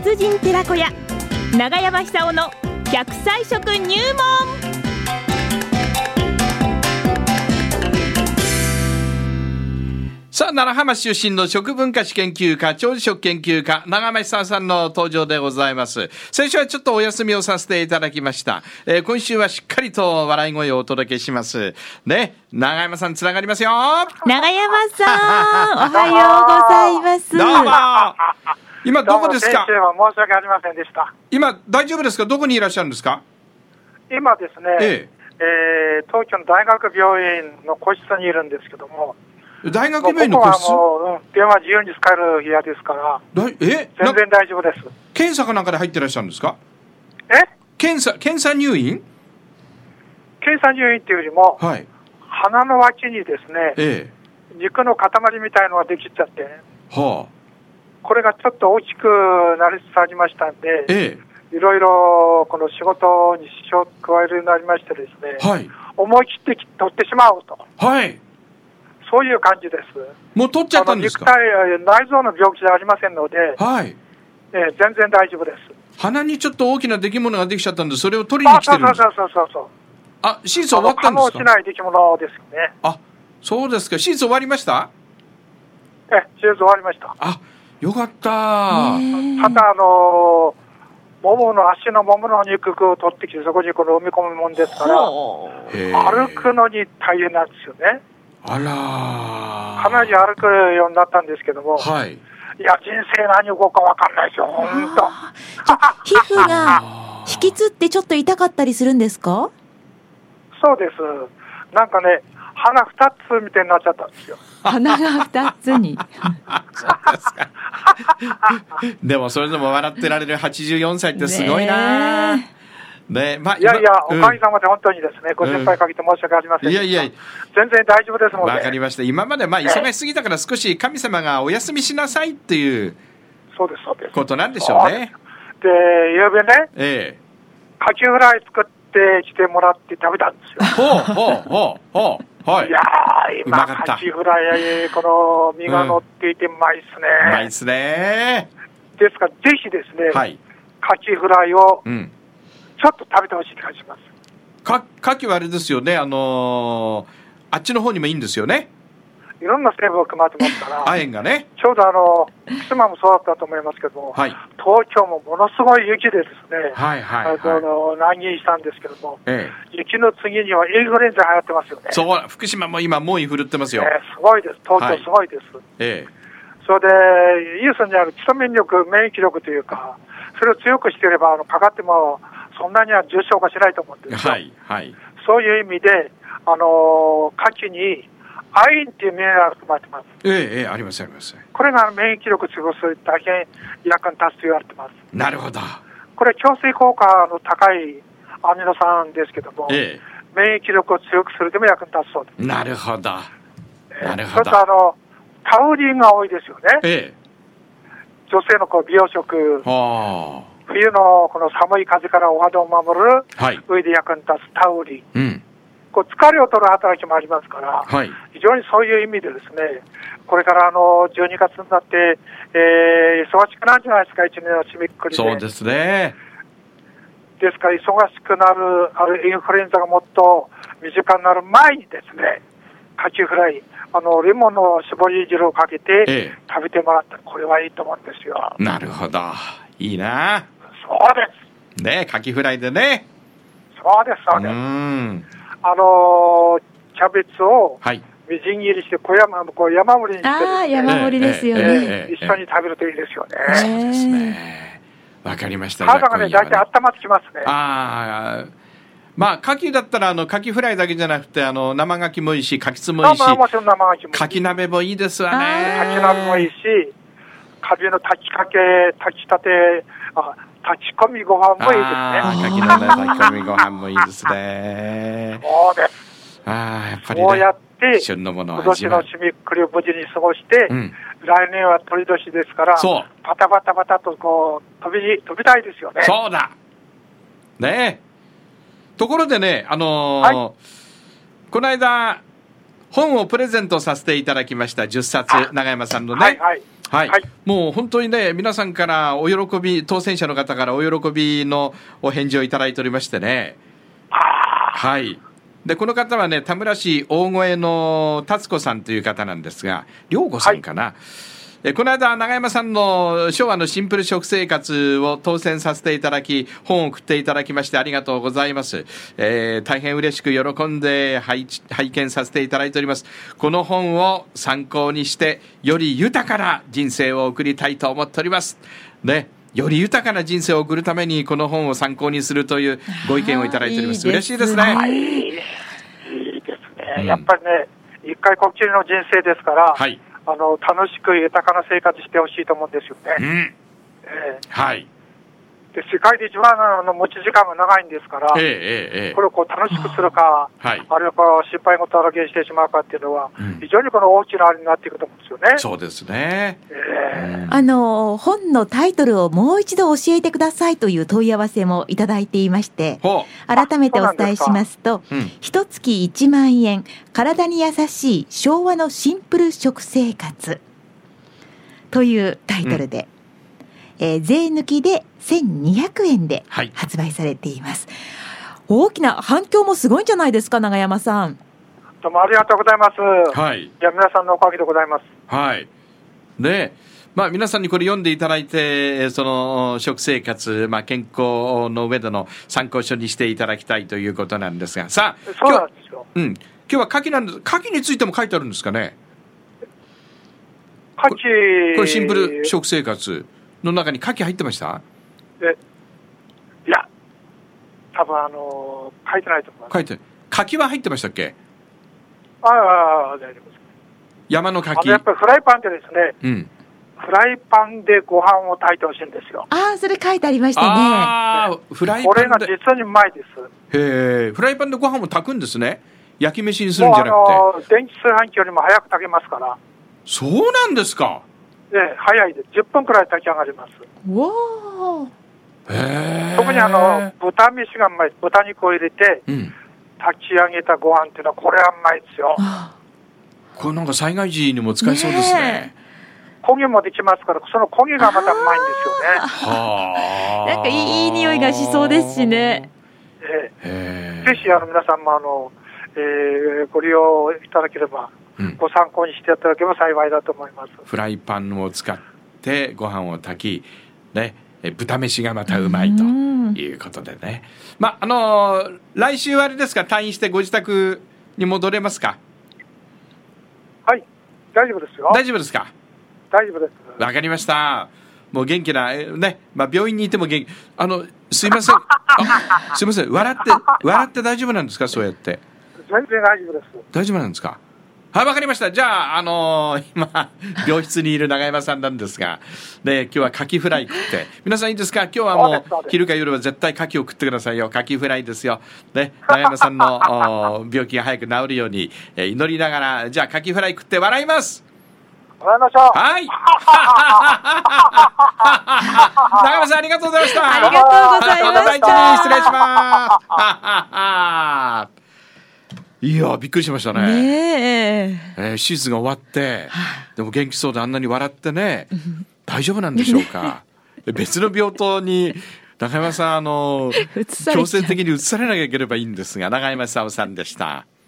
達人寺子屋長山久夫の100歳食入門。 さあ、奈良浜市出身の食文化史研究家、長寿食研究家、長山久夫さんの登場でございます。先週はちょっとお休みをさせていただきました。今週はしっかりと笑い声をお届けします。ね、長山さんつながりますよ。 長山さん、おはようございます。 どうも。今どこですか？ 先生は申し訳ありませんでした。 今大丈夫ですか？どこにいらっしゃるんですか？ 今ですね、東京の大学病院の個室にいるんですけども、 大学病院の個室？ 電話自由に使える部屋ですから全然大丈夫です。 検査かなんかで入ってらっしゃるんですか？検査入院？ 検査入院っていうよりも、 はい、 鼻の脇にですね、肉の塊みたいのができちゃって、これがちょっと大きくなりつつありましたんで、いろいろこの仕事に支障を加えるようになりましてですね、思い切って取ってしまおうと、そういう感じです。 もう取っちゃったんですか？ 内臓の病気じゃありませんので、全然大丈夫です。 鼻にちょっと大きな出来物ができちゃったんで、それを取りに来てるんですか？ そう。 手術終わったんですか？ 可能しない出来物ですよね。 あ、そうですか。手術終わりました？ 手術終わりました。 あ、よかった。 ただ足のももの肉を取ってきて、そこにこの埋め込むもんですから、歩くのに大変なんですよね。 あら。 かなり歩くようになったんですけども、いや、人生何動くか分かんないですよ、本当。 じゃあ皮膚が引きつってちょっと痛かったりするんですか？ そうです。なんかね、鼻2つみたいになっちゃったんですよ。 鼻が2つに。 そうですか。でもそれでも笑ってられる84歳ってすごいな。ね、 いや、おかげさまで本当にですね、ご心配かけて申し訳ありません。 全然大丈夫ですので。 わかりました。今まで忙しすぎたから少し神様がお休みしなさいっていうことなんでしょうね。 で、ゆうべね、カキフライ作ってきてもらって食べたんですよ。いやー、今カキフライ、この身が乗っていてうまいっすね。 うまいっすね。 ですから、ぜひですね、カキフライを、ちょっと食べてほしいって感じします。 カキはあれですよね、あっちの方にもいいんですよね。 いろんな成分を含まれてますから、 亜鉛がね。 ちょうど福島もそうだったと思いますけども、東京もものすごい雪でですね、難儀したんですけども、雪の次にはインフルエンザ流行ってますよね。 そう、福島も今猛威振るってますよ。 すごいです。東京すごいです。それで、イギリスにある基礎免疫力というか、それを強くしていればかかってもそんなには重症化しないと思うんですよ。そういう意味でカキに亜鉛っていうミネラルが含まれてます。 ありますあります。 これが免疫力強くする大変役に立つと言われてます。 なるほど。 これ強制効果の高いアミノ酸ですけども、免疫力を強くするでも役に立つそうです。 なるほど。なるほど。ちょっとタウリンが多いですよね。女性の美容食、冬のこの寒い風からお肌を守る上で役に立つタウリン、疲れを取る働きもありますから、非常にそういう意味でですね、これから12月になって、忙しくなるんじゃないですか、1年の締めくくりで。 そうですね。 ですから忙しくなる、あるインフルエンザがもっと身近になる前にですね、カキフライ、レモンの絞り汁をかけて食べてもらったら、これはいいと思うんですよ。 なるほど。いいな。 そうですね、カキフライでね。 そうです。キャベツをみじん切りして山盛りにして、 山盛りですよね。 一緒に食べるといいですよね。 そうですね。わかりました。 体がね、大体温まってきますね。 まあ、牡蠣だったら牡蠣フライだけじゃなくて生牡蠣もいいし、カキツもいいし、牡蠣鍋もいいですわね。 牡蠣鍋もいいし、カビの炊きたて、炊き込みご飯もいいですね。 牡蠣の炊き込みご飯もいいですね。 そうです。 やっぱりそうやって旬のものを今年の締めくくりを無事に過ごして、来年は鳥年ですから、パタパタパタと飛びたいですよね。 そうだね。ところでね、この間本をプレゼントさせていただきました10冊、長山さんのね、 はいはい、もう本当にね、皆さんからお喜び、当選者の方からお喜びのお返事をいただいておりましてね。はい。で、この方はね、田村市大越の達子さんという方なんですが、良子さんかな。はい、この間、永山さんの昭和のシンプル食生活を当選させていただき、本を送っていただきましてありがとうございます。大変嬉しく喜んで拝見させていただいております。この本を参考にして、より豊かな人生を送りたいと思っております。ね。より豊かな人生を送るためにこの本を参考にするというご意見をいただいております。嬉しいですね。 はい、いいですね。やっぱりね、一回こっきりの人生ですから、はい、楽しく豊かな生活してほしいと思うんですよね。 はい。 で、世界で一番持ち時間が長いんですから、これをこう楽しくするか、はい、あるいはこう失敗事を原因してしまうかっていうのは、非常にこの大きなあれになっていくと思うんですよね。 そうですね。 本のタイトルをもう一度教えてくださいという問い合わせもいただいていまして、改めてお伝えしますと、一月1万円、体に優しい昭和のシンプル食生活というタイトルで、税抜きで1200円で発売されています。大きな反響もすごいんじゃないですか、永山さん。 どうもありがとうございます。 はい。 いや、皆さんのおかげでございます。 はい。ね、皆さんにこれ読んでいただいて、その食生活、健康の上での参考書にしていただきたいということなんですが、さあ、 そうなんですよ。 今日は牡蠣なんです。牡蠣についても書いてあるんですかね。 牡蠣。 これシンプル食生活の中に牡蠣入ってました？ いや、多分書いてないと思います。 書いてない。牡蠣は入ってましたっけ？ 大丈夫です。 山の牡蠣。 やっぱりフライパンでですね、フライパンでご飯を炊いてほしいんですよ。 それ書いてありましたね。 フライパンで。 これが実にうまいです。 へえ、フライパンでご飯を炊くんですね。焼き飯にするんじゃなくて。電気炊飯器よりも早く炊けますから。 そうなんですか。 早いです。10分くらい炊き上がります。 わー。特に豚飯がうまい。豚肉を入れて、炊き上げたご飯っていうのはこれはうまいですよ。 これなんか災害時にも使えそうですね。 焦げもできますから、その焦げがまたうまいんですよね。 なんかいい匂いがしそうですしね。 ぜひ皆さんもご利用いただければ、ご参考にしていただければ幸いだと思います。 フライパンを使ってご飯を炊き、ね、豚飯がまたうまいということでね。来週はあれですか、退院してご自宅に戻れますか？ はい、大丈夫ですよ。 大丈夫ですか？ 大丈夫です。 わかりました。もう元気なね、病院にいても元気。すいません。すいません。笑って大丈夫なんですか？そうやって。 全然大丈夫です。 大丈夫なんですか？はい、わかりました。じゃあ、今、病室にいる永山さんなんですが、今日は牡蠣フライ食って。皆さんいいですか？今日はもう、昼か夜は絶対牡蠣を食ってくださいよ。牡蠣フライですよ。ね、永山さんの病気が早く治るように、祈りながら、じゃあ牡蠣フライ食って笑います。 笑いましょう。 はい。永山さんありがとうございました。 ありがとうございました。 また第一に失礼します。いやびっくりしましたね。手術が終わって、でも元気そうであんなに笑ってね、大丈夫なんでしょうか。別の病棟に永山さん強制的に移されなきゃいければいいんですが、永山さんでした。